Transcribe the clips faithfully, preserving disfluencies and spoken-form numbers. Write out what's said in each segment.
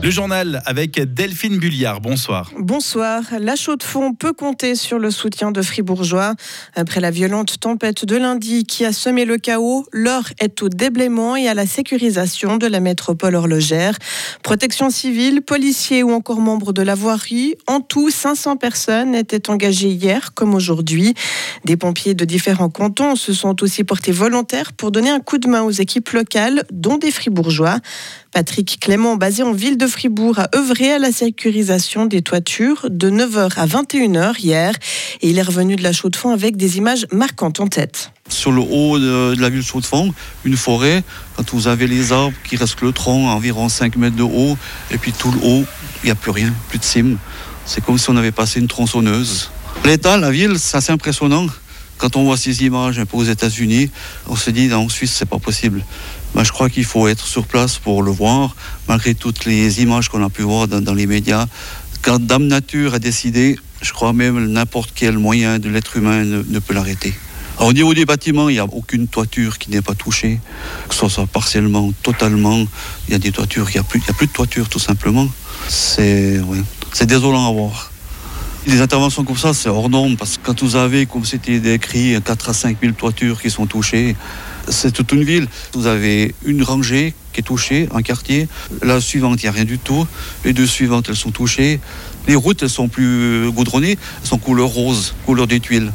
Le journal avec Delphine Bulliard. Bonsoir. Bonsoir. La Chaux-de-Fonds peut compter sur le soutien de Fribourgeois. Après la violente tempête de lundi qui a semé le chaos, l'heure est au déblaiement et à la sécurisation de la métropole horlogère. Protection civile, policiers ou encore membres de la voirie. En tout, cinq cents personnes étaient engagées hier comme aujourd'hui. Des pompiers de différents cantons se sont aussi portés volontaires pour donner un coup de main aux équipes locales, dont des Fribourgeois. Patrick Clément, basé en ville de Fribourg, a œuvré à la sécurisation des toitures de neuf heures à vingt et une heures hier. Et il est revenu de la Chaux-de-Fonds avec des images marquantes en tête. Sur le haut de la ville de Chaux-de-Fonds, une forêt, quand vous avez les arbres qui restent le tronc à environ cinq mètres de haut, et puis tout le haut, il n'y a plus rien, plus de cime. C'est comme si on avait passé une tronçonneuse. L'état, la ville, c'est assez impressionnant. Quand on voit ces images un peu aux États-Unis, on se dit en Suisse, c'est pas possible. Ben, je crois qu'il faut être sur place pour le voir, malgré toutes les images qu'on a pu voir dans, dans les médias. Quand Dame Nature a décidé, je crois même n'importe quel moyen de l'être humain ne, ne peut l'arrêter. Alors, au niveau des bâtiments, il n'y a aucune toiture qui n'est pas touchée, que ce soit partiellement, totalement. Il y a des toitures, il n'y a plus, il y a plus de toiture tout simplement. C'est, ouais, c'est désolant à voir. Les interventions comme ça, c'est hors norme, parce que quand vous avez, comme c'était décrit, quatre à cinq mille toitures qui sont touchées, c'est toute une ville. Vous avez une rangée qui est touchée, un quartier. La suivante, il n'y a rien du tout. Les deux suivantes, elles sont touchées. Les routes, elles sont plus goudronnées, elles sont couleur rose, couleur des tuiles.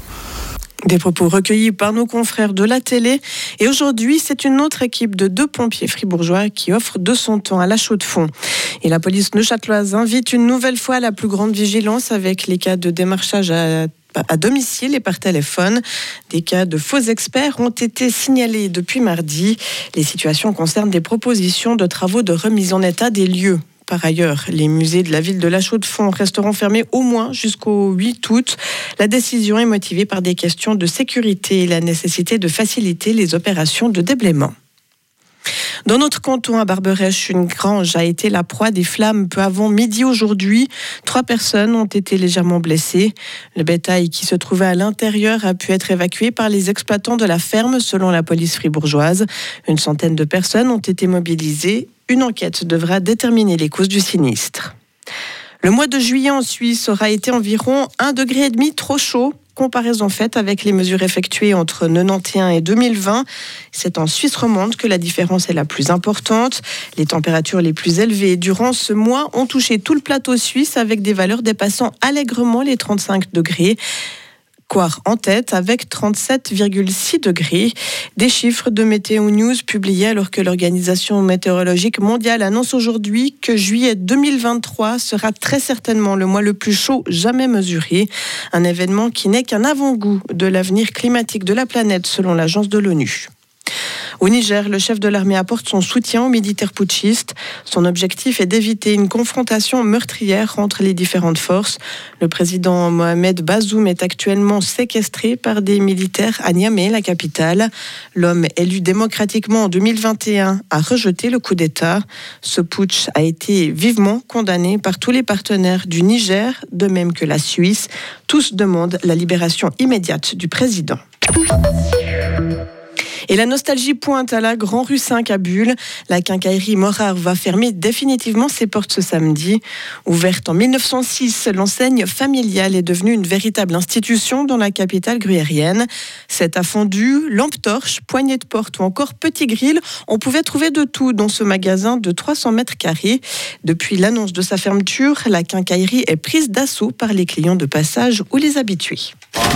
Des propos recueillis par nos confrères de la télé. Et aujourd'hui, c'est une autre équipe de deux pompiers fribourgeois qui offre de son temps à la Chaux-de-Fonds. Et la police neuchâteloise invite une nouvelle fois à la plus grande vigilance avec les cas de démarchage à à domicile et par téléphone. Des cas de faux experts ont été signalés depuis mardi. Les situations concernent des propositions de travaux de remise en état des lieux. Par ailleurs, les musées de la ville de la Chaux-de-Fonds resteront fermés au moins jusqu'au huit août. La décision est motivée par des questions de sécurité et la nécessité de faciliter les opérations de déblaiement. Dans notre canton à Barberèche, une grange a été la proie des flammes peu avant midi aujourd'hui. Trois personnes ont été légèrement blessées. Le bétail qui se trouvait à l'intérieur a pu être évacué par les exploitants de la ferme, selon la police fribourgeoise. Une centaine de personnes ont été mobilisées. Une enquête devra déterminer les causes du sinistre. Le mois de juillet en Suisse aura été environ un degré et demi trop chaud. Comparaison faite avec les mesures effectuées entre quatre-vingt-onze et deux mille vingt. C'est en Suisse romande que la différence est la plus importante. Les températures les plus élevées durant ce mois ont touché tout le plateau suisse avec des valeurs dépassant allègrement les trente-cinq degrés. Coire en tête avec trente-sept virgule six degrés. Des chiffres de Météo News publiés alors que l'Organisation météorologique mondiale annonce aujourd'hui que juillet deux mille vingt-trois sera très certainement le mois le plus chaud jamais mesuré. Un événement qui n'est qu'un avant-goût de l'avenir climatique de la planète selon l'agence de l'ONU. Au Niger, le chef de l'armée apporte son soutien aux militaires putschistes. Son objectif est d'éviter une confrontation meurtrière entre les différentes forces. Le président Mohamed Bazoum est actuellement séquestré par des militaires à Niamey, la capitale. L'homme élu démocratiquement en deux mille vingt et un a rejeté le coup d'État. Ce putsch a été vivement condamné par tous les partenaires du Niger, de même que la Suisse. Tous demandent la libération immédiate du président. Et la nostalgie pointe à la Grand Rue cinq à Bulle. La quincaillerie Morard va fermer définitivement ses portes ce samedi. Ouverte en mille neuf cent six, l'enseigne familiale est devenue une véritable institution dans la capitale gruyérienne. C'est à fondu, lampe torche, poignée de porte ou encore petit grill. On pouvait trouver de tout dans ce magasin de trois cents mètres carrés. Depuis l'annonce de sa fermeture, la quincaillerie est prise d'assaut par les clients de passage ou les habitués.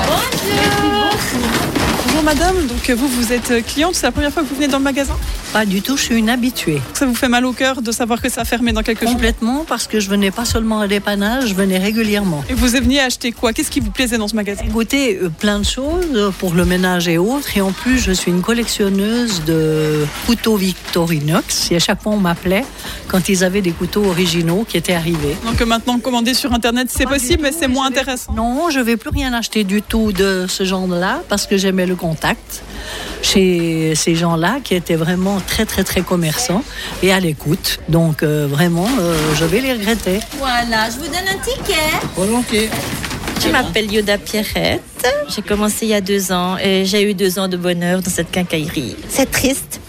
Bonjour madame, donc vous, vous êtes cliente, c'est la première fois que vous venez dans le magasin ? Pas du tout, je suis une habituée. Ça vous fait mal au cœur de savoir que ça a fermé dans quelques jours ? Complètement, parce que je venais pas seulement à dépannage, je venais régulièrement. Et vous veniez acheter quoi ? Qu'est-ce qui vous plaisait dans ce magasin ? Écoutez, euh, plein de choses pour le ménage et autres, et en plus je suis une collectionneuse de couteaux Victorinox, et à chaque fois on m'appelait quand ils avaient des couteaux originaux qui étaient arrivés. Donc maintenant commander sur internet c'est pas possible, mais c'est moins vais... intéressant. Non, je vais plus rien acheter du tout de ce genre-là, parce que j'aimais le contact chez ces gens-là qui étaient vraiment très très très commerçants et à l'écoute. Donc euh, vraiment, euh, je vais les regretter. Voilà, je vous donne un ticket. Volontiers. Je m'appelle Yoda Pierrette. J'ai commencé il y a deux ans et j'ai eu deux ans de bonheur dans cette quincaillerie. C'est triste,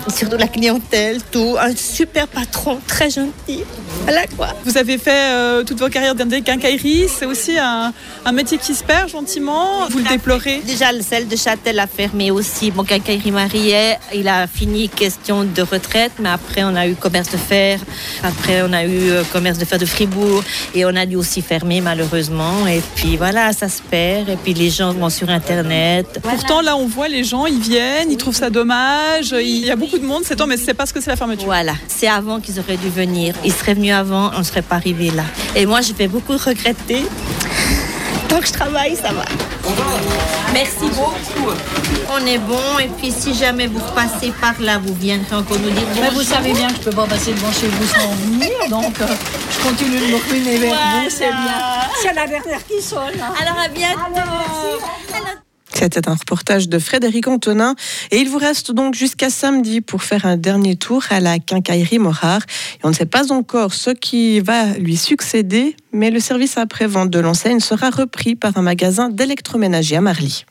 surtout la clientèle, tout. Un super patron, très gentil. Voilà quoi. Vous avez fait euh, toute votre carrière dans des quincailleries. C'est aussi un, un métier qui se perd gentiment. Vous le déplorez? Déjà, le sel de Châtel a fermé aussi. Mon quincaillerie Mariet, il a fini question de retraite, mais après on a eu commerce de fer. Après on a eu euh, commerce de fer de Fribourg et on a dû aussi fermer malheureusement. Et puis voilà, ça se perd. Et puis les gens vont sur Internet. Pourtant là on voit les gens, ils viennent, ils trouvent ça dommage. Il y a beaucoup de monde, c'est temps, mais c'est parce que c'est la fermeture. Voilà, c'est avant qu'ils auraient dû venir. Ils seraient venus avant, on ne serait pas arrivé là. Et moi je vais beaucoup regretter. Tant que je travaille, ça va. Merci beaucoup. On est bon et puis si jamais vous passez par là, vous viendrez encore nous dire bonjour. Mais vous savez bien que je ne peux pas passer devant chez vous sans venir, donc euh, je continue de me ruiner vers Voilà. vous, c'est bien. C'est la dernière qui sonne. Hein. Alors à bientôt. Alors, Alors, C'était un reportage de Frédéric Antonin et il vous reste donc jusqu'à samedi pour faire un dernier tour à la quincaillerie Morard. Et on ne sait pas encore ce qui va lui succéder, mais le service après-vente de l'enseigne sera repris par un magasin d'électroménager à Marly.